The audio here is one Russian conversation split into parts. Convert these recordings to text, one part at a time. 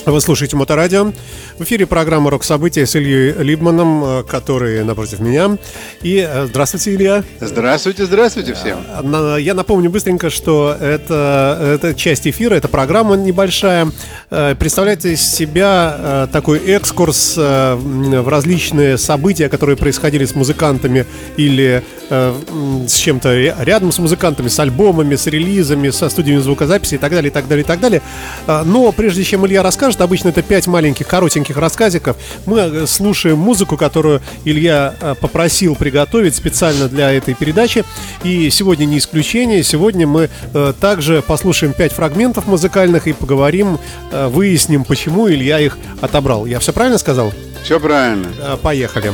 Вы слушаете Моторадио. В эфире программа «Рок-события» с Ильей Либманом, который напротив меня. И здравствуйте, Илья. Здравствуйте всем. Я напомню быстренько, что это часть эфира, это программа небольшая. Представляет из себя такой экскурс в различные события, которые происходили с музыкантами или с чем-то рядом с музыкантами, с альбомами, с релизами, со студиями звукозаписи и так далее, и так далее, и так далее. Но прежде чем Илья расскажет, обычно это 5 маленьких коротеньких рассказиков, мы слушаем музыку, которую Илья попросил приготовить специально для этой передачи. И сегодня не исключение. Сегодня мы также послушаем 5 фрагментов музыкальных и поговорим, выясним, почему Илья их отобрал. Я все правильно сказал? Все правильно. Поехали.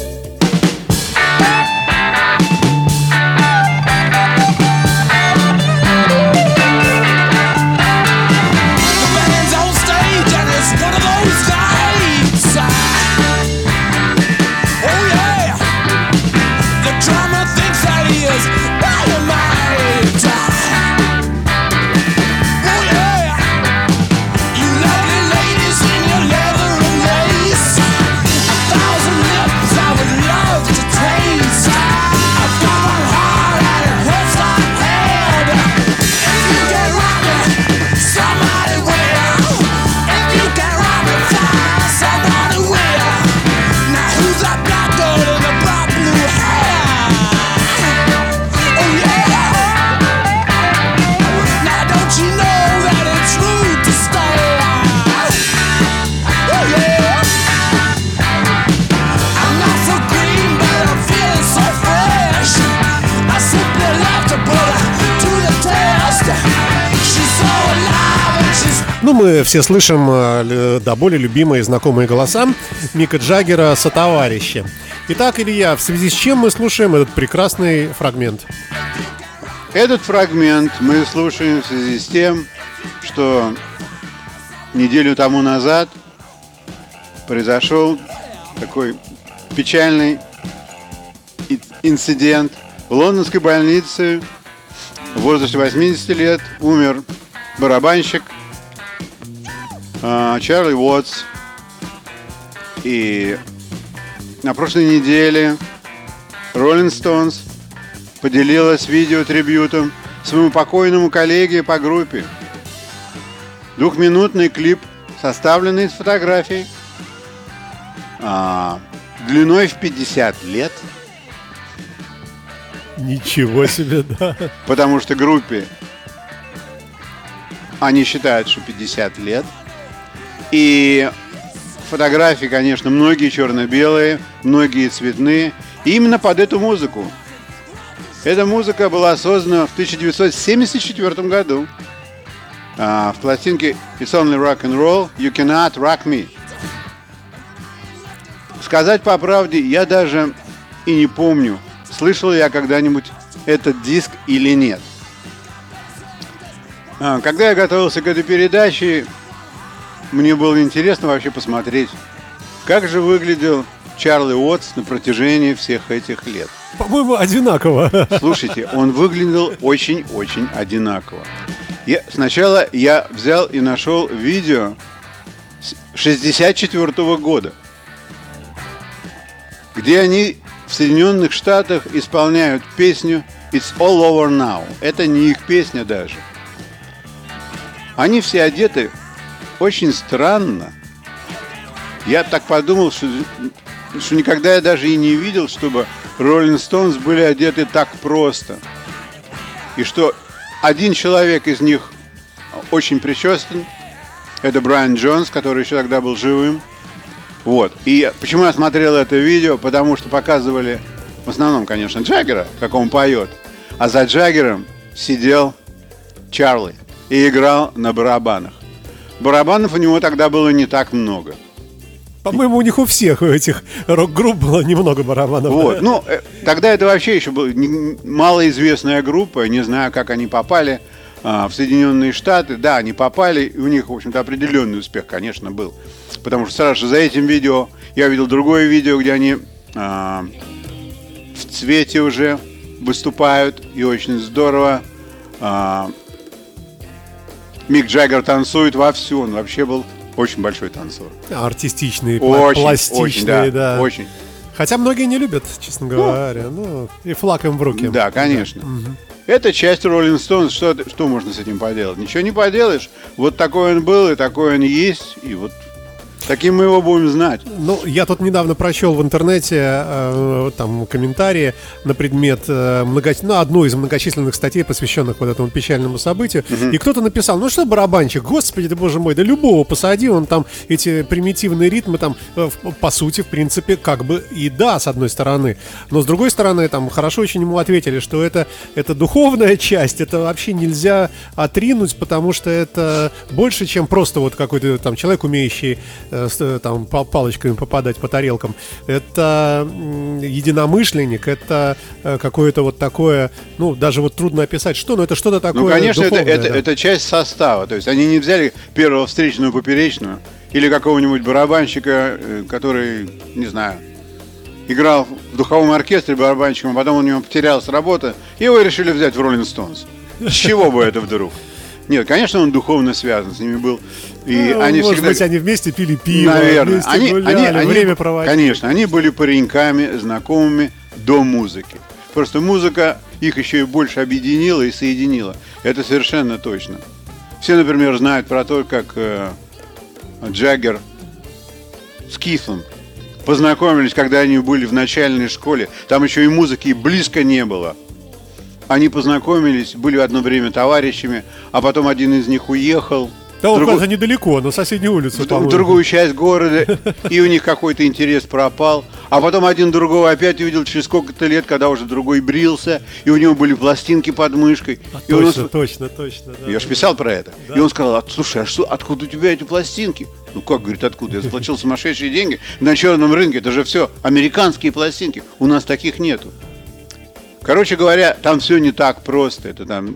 Ну, мы все слышим до боли любимые и знакомые голоса Мика Джаггера «Сотоварищи». Итак, Илья, в связи с чем мы слушаем этот прекрасный фрагмент? Этот фрагмент мы слушаем в связи с тем, что неделю тому назад произошел такой печальный инцидент. В лондонской больнице в возрасте 80 лет умер барабанщик Чарли Уотс. И на прошлой неделе Rolling Stones поделилась видеотрибьютом своему покойному коллеге по группе. 2-минутный клип, составленный из фотографий, длиной в 50 лет. Ничего себе, да. Потому что группе они считают, что 50 лет. И фотографии, конечно, многие черно-белые, многие цветные. И именно под эту музыку. Эта музыка была создана в 1974 году в пластинке It's Only Rock and Roll, You Cannot Rock Me. Сказать по правде, я даже и не помню, слышал ли я когда-нибудь этот диск или нет. Когда я готовился к этой передаче, мне было интересно вообще посмотреть, как же выглядел Чарли Уотс на протяжении всех этих лет. По-моему, одинаково. Слушайте, он выглядел очень-очень одинаково. Сначала я взял и нашел видео с 1964 года, где они в Соединенных Штатах исполняют песню It's All Over Now. Это не их песня даже. Они все одеты очень странно. Я так подумал, что никогда я даже и не видел, чтобы Rolling Stones были одеты так просто. И что один человек из них очень причесан. Это Брайан Джонс, который еще тогда был живым. Вот. И почему я смотрел это видео? Потому что показывали в основном, конечно, Джаггера, как он поет. А за Джаггером сидел Чарли и играл на барабанах. Барабанов у него тогда было не так много. По-моему, у них у всех, у этих рок-групп было немного барабанов. Вот, ну, тогда это вообще еще была малоизвестная группа, не знаю, как они попали в Соединенные Штаты. Да, они попали, и у них, в общем-то, определенный успех, конечно, был. Потому что сразу же за этим видео я видел другое видео, где они в цвете уже выступают, и очень здорово. Мик Джаггер танцует вовсю, он вообще был очень большой танцор. Артистичный, Очень, пластичный, очень, да. очень. Хотя многие не любят, честно говоря. Ну, и флаг им в руки. Да, конечно. Угу. Это часть Rolling Stones. Что можно с этим поделать? Ничего не поделаешь. Вот такой он был, и такой он есть. И вот таким мы его будем знать. Ну, я тут недавно прочел в интернете там комментарии на предмет одну из многочисленных статей, посвященных вот этому печальному событию. И кто-то написал: ну что барабанщик, господи ты, боже мой, да любого посади, он там эти примитивные ритмы там, по сути, в принципе, как бы и да, с одной стороны. Но с другой стороны, там хорошо очень ему ответили, что это духовная часть, это вообще нельзя отринуть, потому что это больше, чем просто вот какой-то там человек, умеющий там палочками попадать по тарелкам. Это единомышленник, это какое-то вот такое, ну, даже вот трудно описать, что, но это что-то такое. Ну, конечно, духовное, это часть состава. То есть они не взяли первого встречную поперечную или какого-нибудь барабанщика, который, не знаю, играл в духовом оркестре барабанщиком, а потом у него потерялась работа, и его решили взять в Rolling Stones. С чего бы это вдруг? Нет, конечно, он духовно связан с ними был. И они может всегда... быть, они вместе пили пиво, наверное, вместе гуляли, время проводили. Конечно, они были пареньками, знакомыми до музыки. Просто музыка их еще и больше объединила и соединила. Это совершенно точно. Все, например, знают про то, как Джаггер с Кифом познакомились, когда они были в начальной школе. Там еще и музыки близко не было. Они познакомились, были одно время товарищами, а потом один из них уехал. Да, он, кажется, недалеко, на соседнюю улицу, в другую часть города, и у них какой-то интерес пропал. А потом один другого опять увидел через сколько-то лет, когда уже другой брился, и у него были пластинки под мышкой. Точно. Да, я же писал про это. Да. И он сказал: слушай, а что, откуда у тебя эти пластинки? Ну как, говорит, откуда? Я заплатил сумасшедшие деньги на черном рынке, это же все американские пластинки. У нас таких нету. Короче говоря, там все не так просто.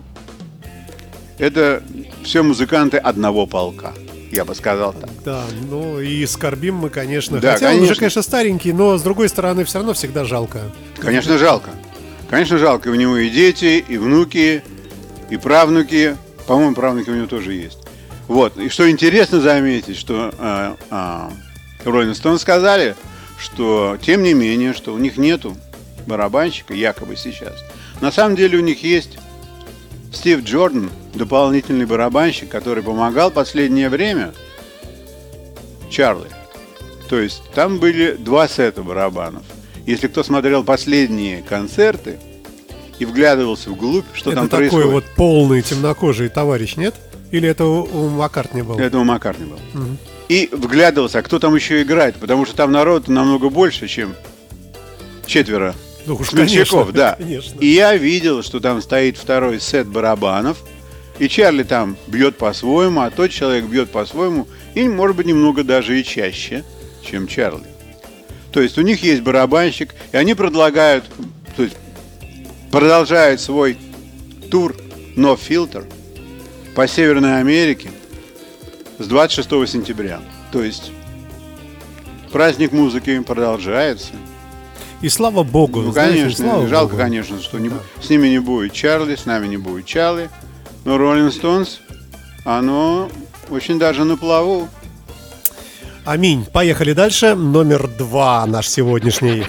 Это все музыканты одного полка, я бы сказал так. Да, ну и скорбим мы, конечно. Да, хотя конечно. Он уже, конечно, старенький, но с другой стороны, все равно всегда жалко. Конечно, жалко. Конечно, жалко. У него и дети, и внуки, и правнуки. По-моему, правнуки у него тоже есть. Вот. И что интересно заметить, что Rolling Stones сказали, что тем не менее, что у них нету барабанщика, якобы сейчас. На самом деле у них есть Стив Джордан, дополнительный барабанщик, который помогал последнее время Чарли. То есть там были 2 сета барабанов. Если кто смотрел последние концерты и вглядывался вглубь, что это там такой происходит. Вот полный темнокожий товарищ, нет? Или это у Маккартни был? Это у Маккартни был. Угу. И вглядывался, а кто там еще играет, потому что там народу намного больше, чем 4 смельчаков, да. Конечно. И я видел, что там стоит 2-й сет барабанов, и Чарли там бьет по-своему, а тот человек бьет по-своему, и, может быть, немного даже и чаще, чем Чарли. То есть у них есть барабанщик, и они продолжают свой тур No Filter по Северной Америке с 26 сентября. То есть праздник музыки продолжается. И слава богу. Ну, конечно, жалко, конечно, что с ними не будет Чарли, с нами не будет Чарли. Но Rolling Stones, оно очень даже на плаву. Аминь. Поехали дальше. Номер 2 наш сегодняшний.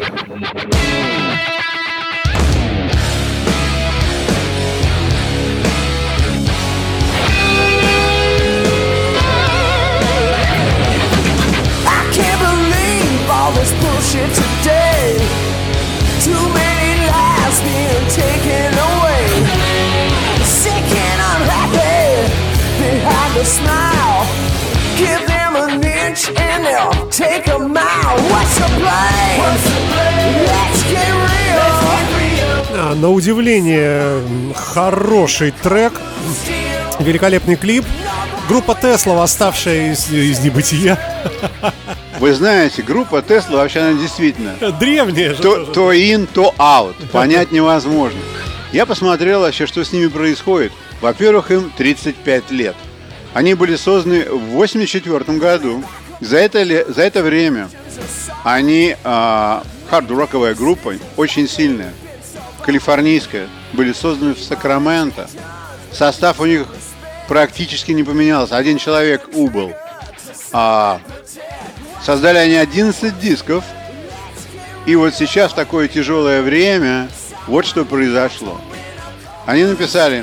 Too many lives being taken away. Sick and unhappy behind a smile. Give them an inch and they'll take a mile. What's the play? Let's get real. На удивление, хороший трек. Великолепный клип. Группа Tesla, восставшая из небытия. Вы знаете, группа Tesla вообще, она действительно древняя же. То in, то out. Понять невозможно. Я посмотрел вообще, что с ними происходит. Во-первых, им 35 лет. Они были созданы в 1984 году. За это время они хард-роковая группа, очень сильная, калифорнийская, были созданы в Сакраменто. Состав у них практически не поменялся. Один человек убыл. Создали они 11 дисков. И вот сейчас, в такое тяжелое время, вот что произошло. Они написали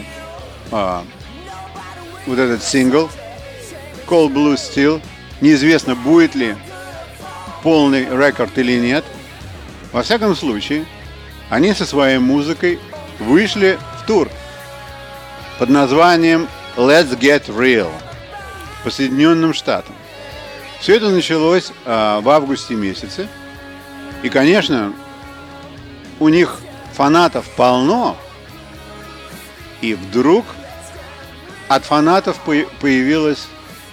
вот этот сингл Cold Blue Steel. Неизвестно, будет ли полный рекорд или нет. Во всяком случае, они со своей музыкой вышли в тур под названием Let's Get Real по Соединенным Штатам. Все это началось в августе месяце. И, конечно, у них фанатов полно. И вдруг от фанатов появилось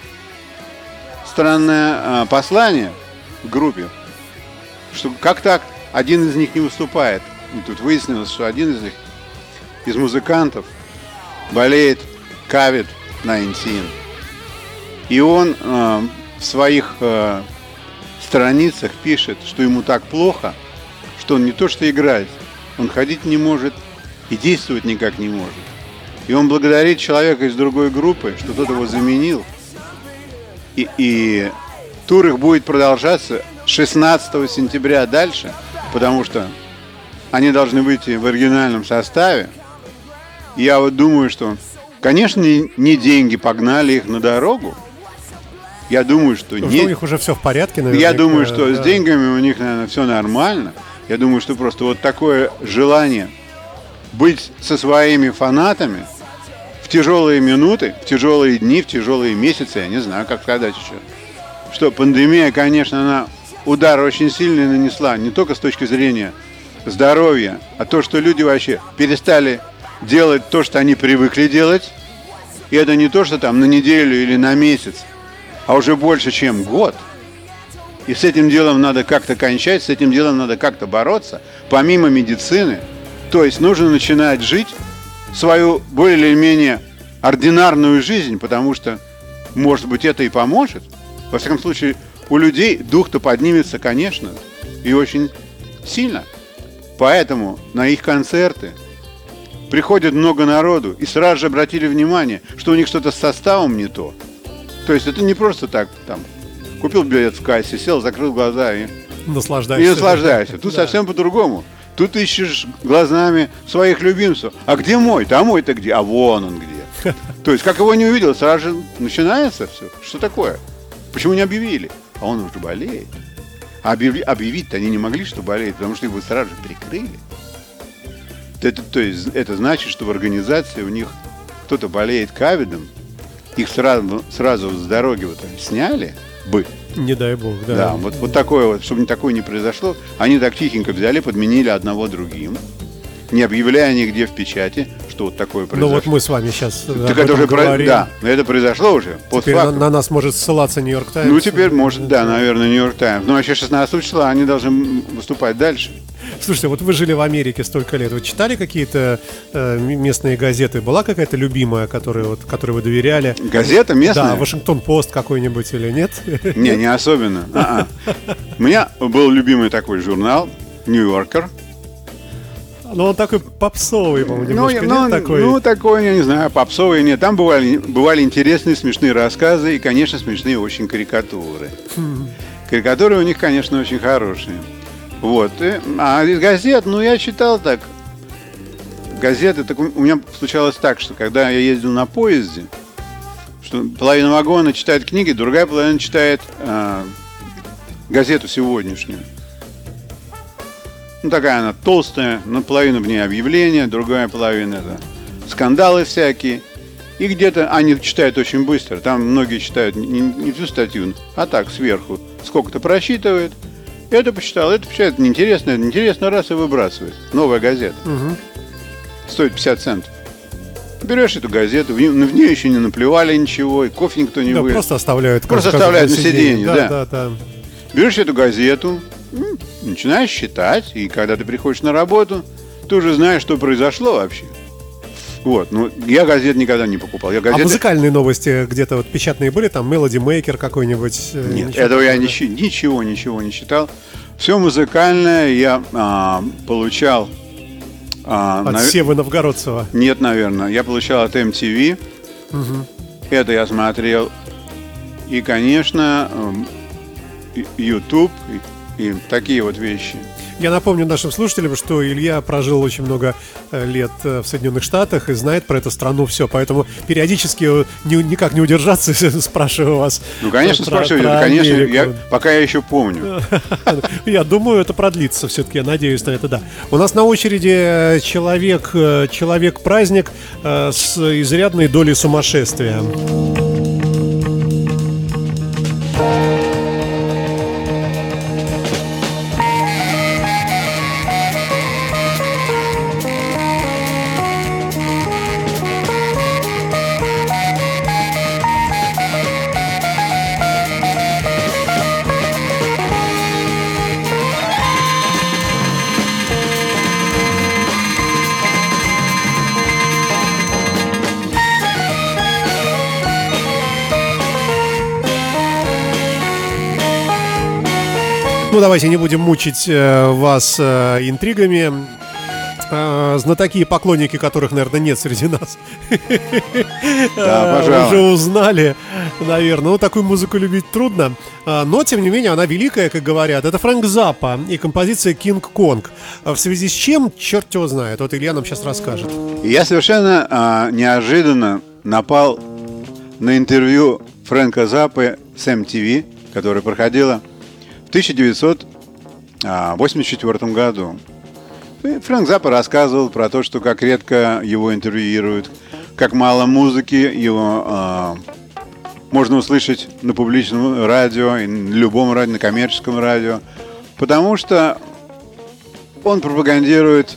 странное послание в группе, что как так один из них не выступает. И тут выяснилось, что один из них, из музыкантов, болеет COVID-19. И он в своих страницах пишет, что ему так плохо, что он не то что играть, он ходить не может и действовать никак не может. И он благодарит человека из другой группы, что тот его заменил. И тур их будет продолжаться 16 сентября дальше, потому что они должны выйти в оригинальном составе. И я вот думаю, что, конечно, не деньги погнали их на дорогу. Я думаю, что у них уже все в порядке, наверное. Я думаю, что с деньгами у них, наверное, все нормально. Я думаю, что просто вот такое желание быть со своими фанатами в тяжелые минуты, в тяжелые дни, в тяжелые месяцы, я не знаю, как сказать еще. Что пандемия, конечно, она удар очень сильный нанесла, не только с точки зрения здоровья, а то, что люди вообще перестали делать то, что они привыкли делать. И это не то, что там на неделю или на месяц, а уже больше, чем год. И с этим делом надо как-то кончать, с этим делом надо как-то бороться, помимо медицины. То есть нужно начинать жить свою более или менее ординарную жизнь, потому что, может быть, это и поможет. Во всяком случае, у людей дух-то поднимется, конечно, и очень сильно. Поэтому на их концерты приходит много народу, и сразу же обратили внимание, что у них что-то с составом не то. То есть это не просто так, там, купил билет в кассе, сел, закрыл глаза и наслаждаешься. Тут совсем по-другому. Тут ищешь глазами своих любимцев. А где мой-то? А мой-то где? А вон он где. То есть, как его не увидел, сразу же начинается все. Что такое? Почему не объявили? А он уже болеет. А объявить-то они не могли, что болеет, потому что его сразу же прикрыли. То есть, это значит, что в организации у них кто-то болеет ковидом, их сразу с дороги вот сняли бы. Не дай бог, да. Да, вот такое вот, чтобы такое не произошло, они так тихенько взяли, подменили одного другим, не объявляя нигде в печати, что вот такое произошло. Ну вот мы с вами сейчас так это уже говорим. Да, но это произошло уже. Теперь на нас может ссылаться Нью-Йорк Таймс. Ну теперь может, да, наверное, Нью-Йорк Таймс. Но вообще 16 числа они должны выступать дальше. Слушайте, вот вы жили в Америке столько лет, вы читали какие-то местные газеты? Была какая-то любимая, которой вы доверяли? Газета местная? Да, Вашингтон-Пост какой-нибудь или нет? Не особенно. У меня был любимый такой журнал «Нью-Йоркер». Ну, он такой попсовый, по-моему, немножко, нет такой? Ну, такой, я не знаю, попсовый нет. Там бывали интересные, смешные рассказы и, конечно, смешные очень карикатуры. Карикатуры у них, конечно, очень хорошие. Вот. А из газет, я читал так. Газеты, так у меня случалось так, что когда я ездил на поезде, что половина вагона читает книги, другая половина читает газету сегодняшнюю. Такая она толстая, наполовину в ней объявления, другая половина это скандалы всякие. И где-то они читают очень быстро. Там многие читают не всю статью, а так сверху. Сколько-то просчитывает. Это почитал, это почитает, неинтересно, раз и выбрасывает. Новая газета. Угу. Стоит 50 центов. Берешь эту газету, в нее еще не наплевали ничего, и кофе никто не вылил. Просто оставляют. Просто оставляют на сиденье, да. Берешь эту газету, начинаешь считать, и когда ты приходишь на работу, ты уже знаешь, что произошло вообще. Вот, я газет никогда не покупал. А музыкальные новости где-то вот печатные были? Там Melody Maker какой-нибудь? Нет, этого я ничего не читал. Все музыкальное я получал... от Севы Новгородцева? Нет, наверное. Я получал от MTV. Угу. Это я смотрел и конечно, YouTube и такие вот вещи. Я напомню нашим слушателям, что Илья прожил очень много лет в Соединенных Штатах и знает про эту страну все. Поэтому периодически никак не удержаться, спрашиваю вас. Ну, конечно, спрашиваю. Конечно, пока я еще помню. Я думаю, это продлится все-таки. Я надеюсь на это, да. У нас на очереди человек-праздник с изрядной долей сумасшествия. Ну, давайте не будем мучить вас интригами. Знатоки и поклонники, которых, наверное, нет среди нас, да, уже узнали, наверное. Ну, такую музыку любить трудно. Но, тем не менее, она великая, как говорят. Это Фрэнк Заппа и композиция «Кинг-Конг». В связи с чем, черт его знает. Вот Илья нам сейчас расскажет. Я совершенно неожиданно напал на интервью Фрэнка Заппы с MTV, которое проходило в 1984 году. И Фрэнк Заппа рассказывал про то, что как редко его интервьюируют, как мало музыки его можно услышать на публичном радио, и на любом радио, на коммерческом радио, потому что он пропагандирует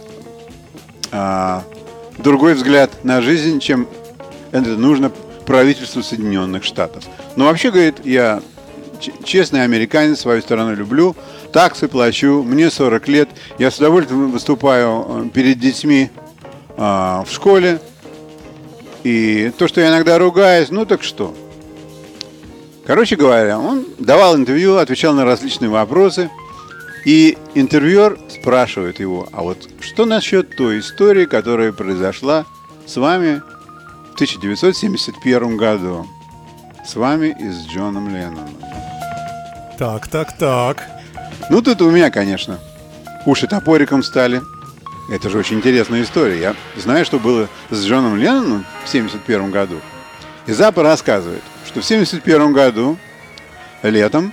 другой взгляд на жизнь, чем это нужно правительству Соединенных Штатов. Но вообще, говорит, я честный американец, свою страну люблю, таксы плачу, мне 40 лет, я с удовольствием выступаю перед детьми в школе, и то, что я иногда ругаюсь, ну так что? Короче говоря, он давал интервью, отвечал на различные вопросы, и интервьюер спрашивает его, а вот что насчет той истории, которая произошла с вами в 1971 году, с вами и с Джоном Ленноном? Так. Ну, тут у меня, конечно, уши топориком стали. Это же очень интересная история. Я знаю, что было с Джоном Ленноном в 1971 году. И Заппа рассказывает, что в 1971 году, летом,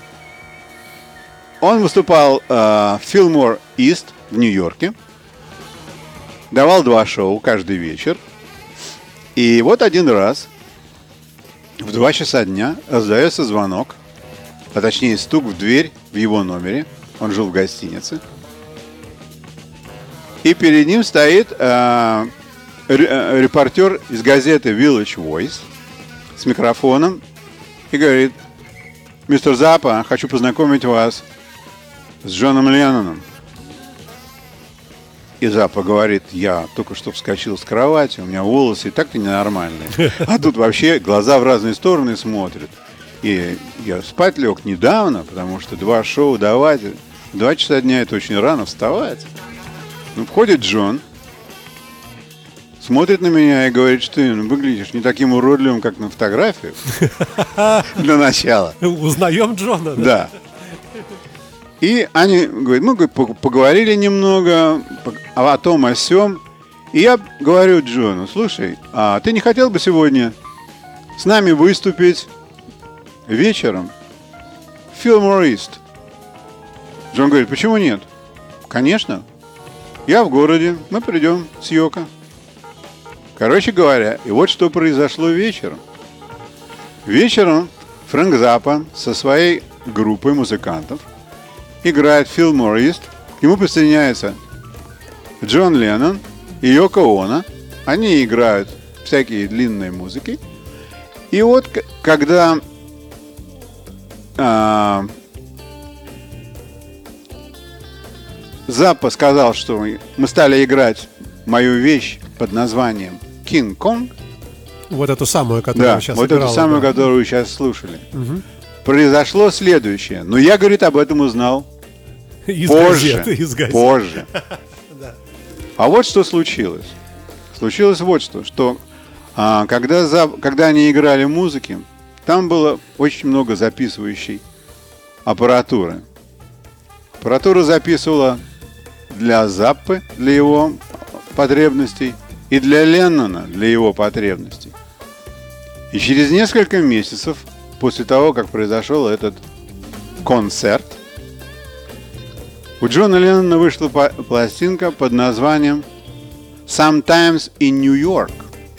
он выступал в Fillmore East в Нью-Йорке. Давал 2 шоу каждый вечер. И вот один раз в 2 часа дня раздается звонок, а точнее стук в дверь в его номере. Он жил в гостинице. И перед ним стоит репортер из газеты Village Voice с микрофоном и говорит: мистер Заппа, хочу познакомить вас с Джоном Ленноном. И Заппа говорит: я только что вскочил с кровати, у меня волосы и так-то ненормальные. А тут вообще глаза в разные стороны смотрят. И я спать лег недавно, потому что 2 шоу давать, 2 часа дня — это очень рано вставать. Ну, входит Джон, смотрит на меня и говорит, что ты выглядишь не таким уродливым, как на фотографиях. Для начала. Узнаем Джона, да? Да. И они, говорят, мы поговорили немного о том, о сём. И я говорю Джону: слушай, а ты не хотел бы сегодня с нами выступить вечером в Fillmore East? Джон говорит: почему нет? Конечно. Я в городе, мы придем с Йоко. Короче говоря, и вот что произошло вечером. Вечером Фрэнк Заппа со своей группой музыкантов играет в Fillmore East. К нему присоединяется Джон Леннон и Йоко Оно. Они играют всякие длинные музыки. И вот когда Заппа сказал, что мы стали играть мою вещь под названием «Кинг-Конг». Вот эту самую, которую да, сейчас вот играла, эту самую, да, которую сейчас слушали. Угу. Произошло следующее. Но я, говорит, об этом узнал из позже. Газеты, из газет. Позже. Да. А вот что случилось. Случилось вот что когда они играли музыки, там было очень много записывающей аппаратуры. Аппаратура записывала для Заппы, для его потребностей, и для Леннона, для его потребностей. И через несколько месяцев после того, как произошел этот концерт, у Джона Леннона вышла пластинка под названием «Sometimes in New York».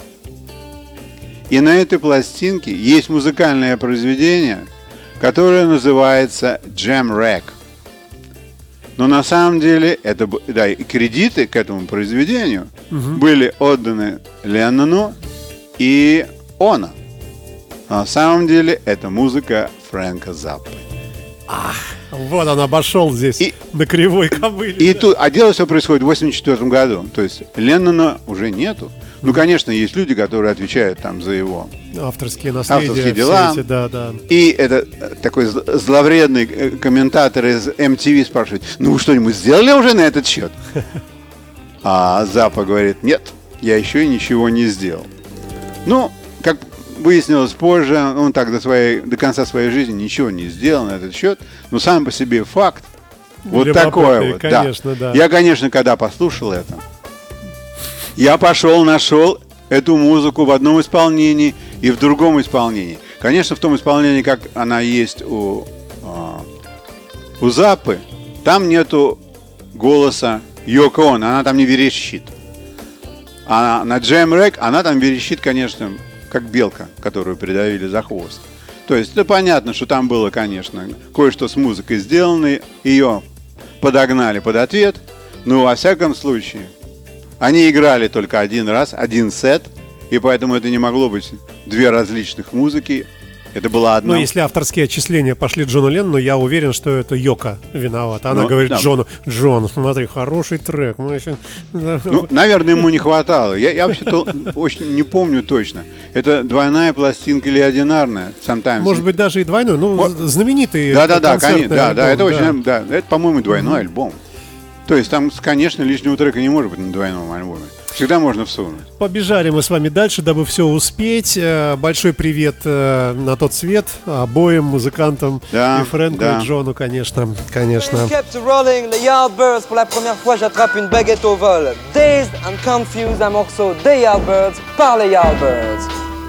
И на этой пластинке есть музыкальное произведение, которое называется «Jam Wreck». Но на самом деле это, да, и кредиты к этому произведению были отданы Леннону и Оно. На самом деле это музыка Фрэнка Заппы. Вот он обошел здесь на кривой кобыле. И тут, а дело все происходит в 1984 году. То есть Леннона уже нету. Ну, конечно, есть люди, которые отвечают там за его авторские наследия, авторские дела. Эти, да. И это такой зловредный комментатор из MTV спрашивает: ну вы что-нибудь сделали уже на этот счет? А Заппа говорит: нет, я еще и ничего не сделал. Ну, как выяснилось позже, он так до конца своей жизни ничего не сделал на этот счет. Но сам по себе факт вот такой вот. Конечно, да. Я, конечно, когда послушал это, я пошел, нашел эту музыку в одном исполнении и в другом исполнении. Конечно, в том исполнении, как она есть у Заппы, там нету голоса Йоко Оно, она там не верещит. А на Jam Wreck она там верещит, конечно, как белка, которую придавили за хвост. То есть это понятно, что там было, конечно, кое-что с музыкой сделано, ее подогнали под ответ, но во всяком случае они играли только один раз, один сет, и поэтому это не могло быть две различных музыки. Это была одна. Ну, если авторские отчисления пошли Джону Леннону, я уверен, что это Йоко виновата. Она говорит да. Джону: Джон, смотри, хороший трек. Мы еще... Ну, наверное, ему не хватало. Я вообще-то очень не помню точно. Это двойная пластинка или одинарная? Sometimes. Может быть, даже и двойной. Ну, знаменитый Да, концертный альбом, это очень... Да, это, по-моему, двойной альбом. То есть там, конечно, лишнего трека не может быть на двойном альбоме. Всегда можно всунуть. Побежали мы с вами дальше, дабы все успеть. Большой привет на тот свет обоим музыкантам, и Фрэнку, и Джону, конечно. Kept rolling, the Yardbirds, pour la première fois j'attrape une baguette au vol. Dazed and Confused, un morceau des Yardbirds par les Yardbirds.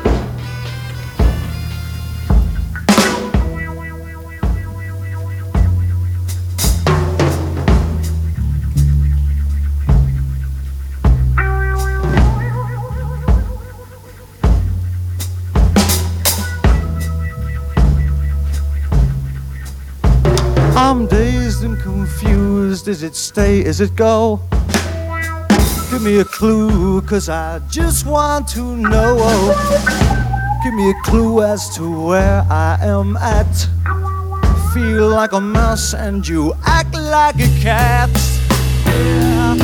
I'm dazed and confused. Is it stay? Is it go? Give me a clue, 'cause I just want to know. Give me a clue as to where I am at. Feel like a mouse and you act like a cat. Yeah.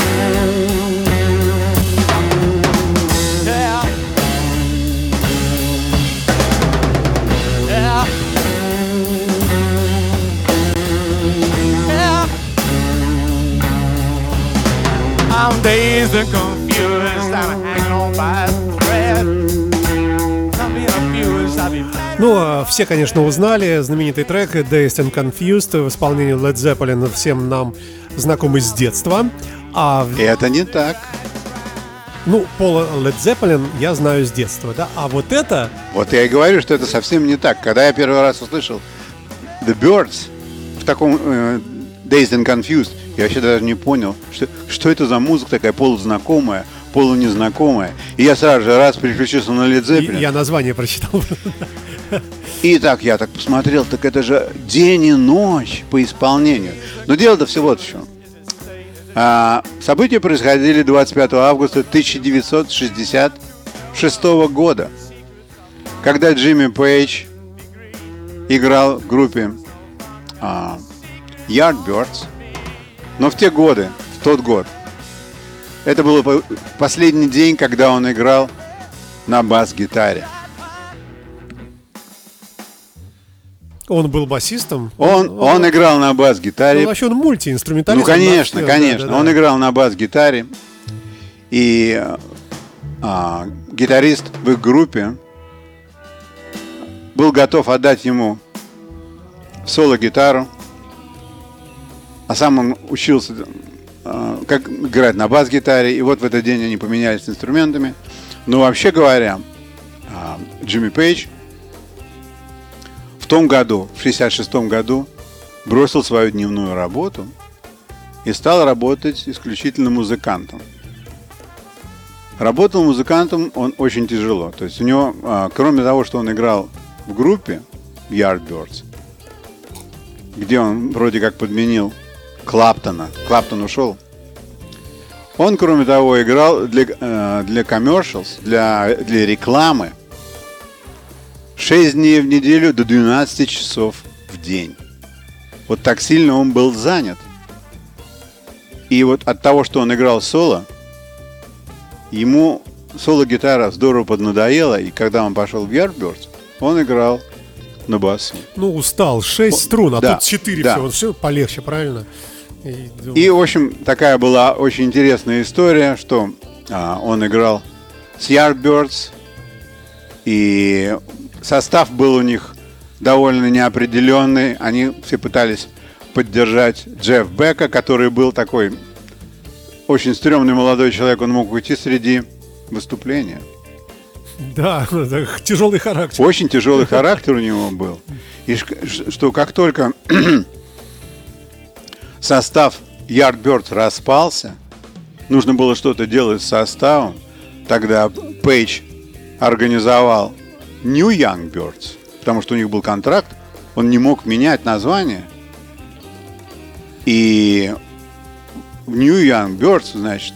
Yeah. Yeah. I'm dazed and confused, I'm hanging on by a thread. I'm being abused, I've been... Ну, все, конечно, узнали знаменитый трек Dazed and Confused в исполнении Led Zeppelin, всем нам знакомый с детства. Это не так. Ну, Пола Led Zeppelin я знаю с детства, да? А вот это... Вот я и говорю, что это совсем не так. Когда я первый раз услышал The Birds в таком Dazed and Confused, я вообще даже не понял, что это за музыка такая полузнакомая, полунезнакомая. И я сразу же раз переключился на Led Zeppelin. Я название прочитал. И так я так посмотрел, так это же день и ночь по исполнению. Но дело-то всего вот в чем. События происходили 25 августа 1966 года, когда Джимми Пейдж играл в группе Yardbirds. Но в те годы, в тот год, это был последний день, когда он играл на бас-гитаре. Он был басистом? Он играл на бас-гитаре. Ну, вообще он мультиинструменталист. Ну, конечно. Да. Он играл на бас-гитаре. И гитарист в их группе был готов отдать ему соло-гитару, а сам он учился, как играть на бас-гитаре, и вот в этот день они поменялись инструментами. Но вообще говоря, Джимми Пейдж в том году, в 1966 году, бросил свою дневную работу и стал работать исключительно музыкантом. Работал музыкантом он очень тяжело. То есть у него, кроме того, что он играл в группе Yardbirds, где он вроде как подменил Клаптона, Клаптон ушел, он, кроме того, играл для commercials, для рекламы 6 дней в неделю до 12 часов в день. Вот так сильно он был занят. И вот от того, что он играл соло, ему соло-гитара здорово поднадоела, и когда он пошел в Yardbirds, он играл на басу. Ну, устал. 6 струн, а да, тут 4 да. всего. Все полегче, правильно? И, в общем, такая была очень интересная история, что он играл с Yardbirds, и состав был у них довольно неопределенный. Они все пытались поддержать Джефф Бека, который был такой очень стрёмный молодой человек. Он мог уйти среди выступления. Да, тяжелый характер. Очень тяжелый характер у него был. И что как только состав Yardbirds распался, нужно было что-то делать с составом, тогда Пейдж организовал New Young Birds, потому что у них был контракт, он не мог менять название. И в New Young Birds, значит,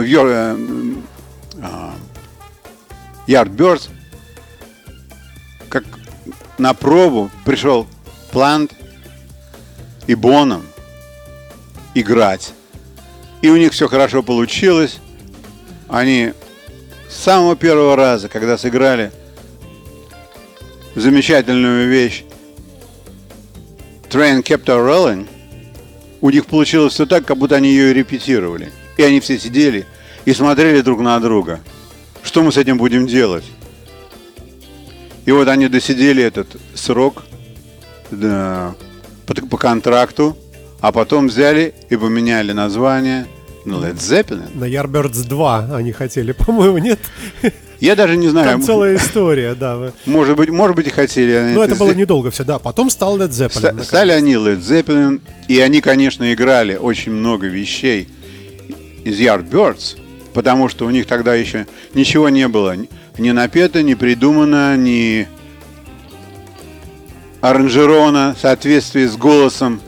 Yardbirds, как на пробу пришел Плант и Бонham играть. И у них все хорошо получилось. Они с самого первого раза, когда сыграли замечательную вещь Train Kept On Rolling, у них получилось все так, как будто они ее и репетировали. И они все сидели и смотрели друг на друга. Что мы с этим будем делать? И вот они досидели этот срок по контракту, а потом взяли и поменяли название на Led Zeppelin. На Yardbirds 2 они хотели, по-моему, нет? Я даже не знаю. Там целая история, да. Может быть и хотели. Но это было недолго все, да. Потом стал Led Zeppelin. Стали они Led Zeppelin, и они, конечно, играли очень много вещей из Yardbirds, потому что у них тогда еще ничего не было. Ни напето, ни придумано, ни аранжировано в соответствии с голосом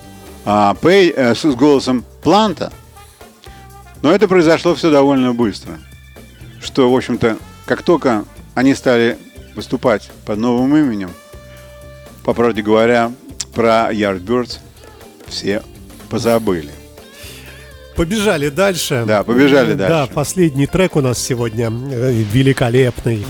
с голосом Планта. Но это произошло все довольно быстро. Что, в общем-то, как только они стали выступать под новым именем, по правде говоря, про Yardbirds все позабыли. Побежали дальше. Да, побежали дальше. Да, последний трек у нас сегодня великолепный.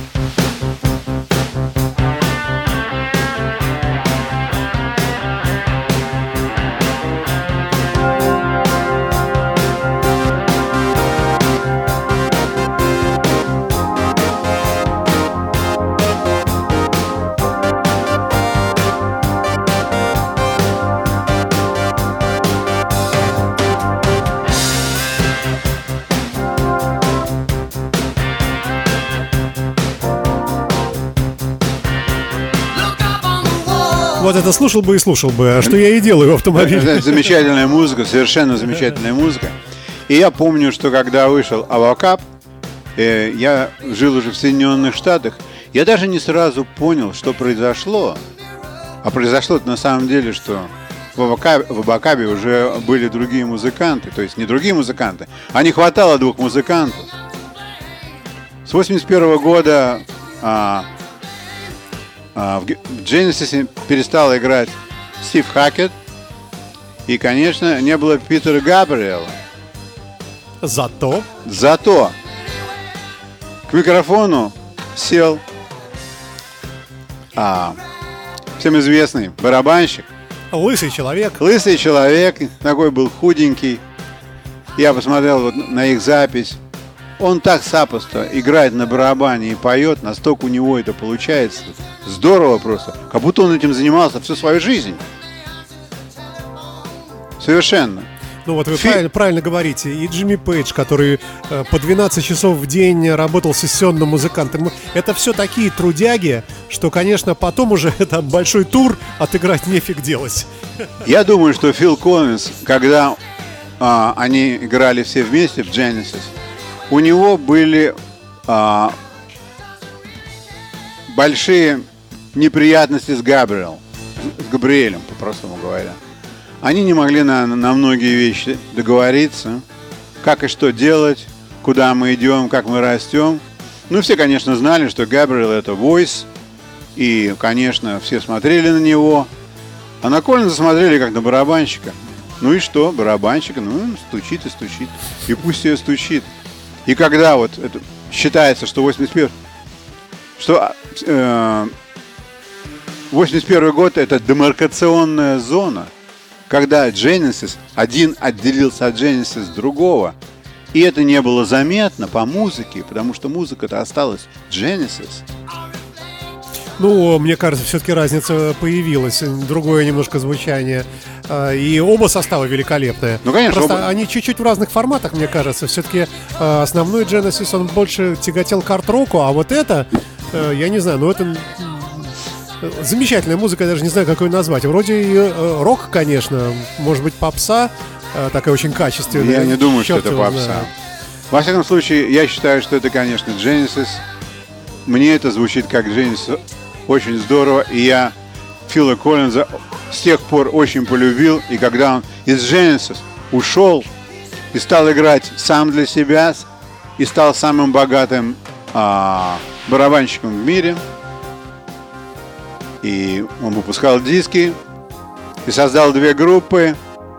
Вот это слушал бы и слушал бы, что я и делаю в автомобиле. Замечательная музыка, совершенно замечательная музыка. И я помню, что когда вышел Авокап, я жил уже в Соединенных Штатах, я даже не сразу понял, что произошло. А произошло-то на самом деле, что в Авокабе уже были другие музыканты. То есть не другие музыканты, а не хватало двух музыкантов. С 1981 года в Genesis перестал играть Стив Хакет. И, конечно, не было Питера Габриэла. Зато к микрофону сел всем известный барабанщик. лысый человек. Лысый человек, такой был худенький. Я посмотрел вот на их запись. Он так сапосто играет на барабане и поет, настолько у него это получается. здорово просто. Как будто он этим занимался всю свою жизнь. Совершенно. Ну вот вы правильно говорите. И Джимми Пейдж, который по 12 часов в день работал сессионным музыкантом. Это все такие трудяги, что, конечно, потом уже это большой тур отыграть нефиг делать. Я думаю, что Фил Коллинз, когда они играли все вместе в Genesis, у него были большие неприятности с Габриэлем, по-простому говоря. Они не могли на многие вещи договориться, как и что делать, куда мы идем, как мы растем. Ну, все, конечно, знали, что Габриэл — это войс, и, конечно, все смотрели на него. А на Коллинза смотрели как на барабанщика. Ну и что, барабанщика, ну, стучит и стучит. И пусть ее стучит. И когда вот это считается, что 81 год — это демаркационная зона, когда Genesis, один отделился от Genesis другого, и это не было заметно по музыке, потому что музыка-то осталась Genesis. Ну, мне кажется, все-таки разница появилась, другое немножко звучание. И оба состава великолепные. Ну, конечно. Просто они чуть-чуть в разных форматах, мне кажется. Все-таки основной Genesis, он больше тяготел к арт-року, а вот это, я не знаю, ну это замечательная музыка, я даже не знаю, как ее назвать. Вроде и рок, конечно, может быть, попса, такая очень качественная. Я не думаю, что это попса. Знает. Во всяком случае, я считаю, что это, конечно, Genesis. Мне это звучит как Genesis очень здорово, и я Фила Коллинза с тех пор очень полюбил, и когда он из Genesis ушел и стал играть сам для себя, и стал самым богатым барабанщиком в мире, и он выпускал диски, и создал 2 группы,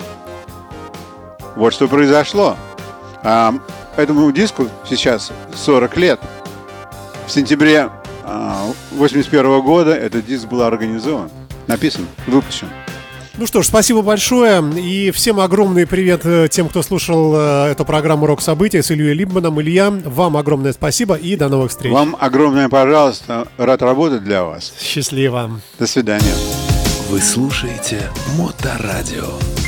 вот что произошло. Этому диску сейчас 40 лет. В сентябре 1981 года этот диск был организован, написан, выпущен. Ну что ж, спасибо большое. И всем огромный привет тем, кто слушал эту программу «Рок-события» с Ильей Либманом. Илья, вам огромное спасибо и до новых встреч. Вам огромное пожалуйста. Рад работать для вас. Счастливо. До свидания. Вы слушаете Моторадио.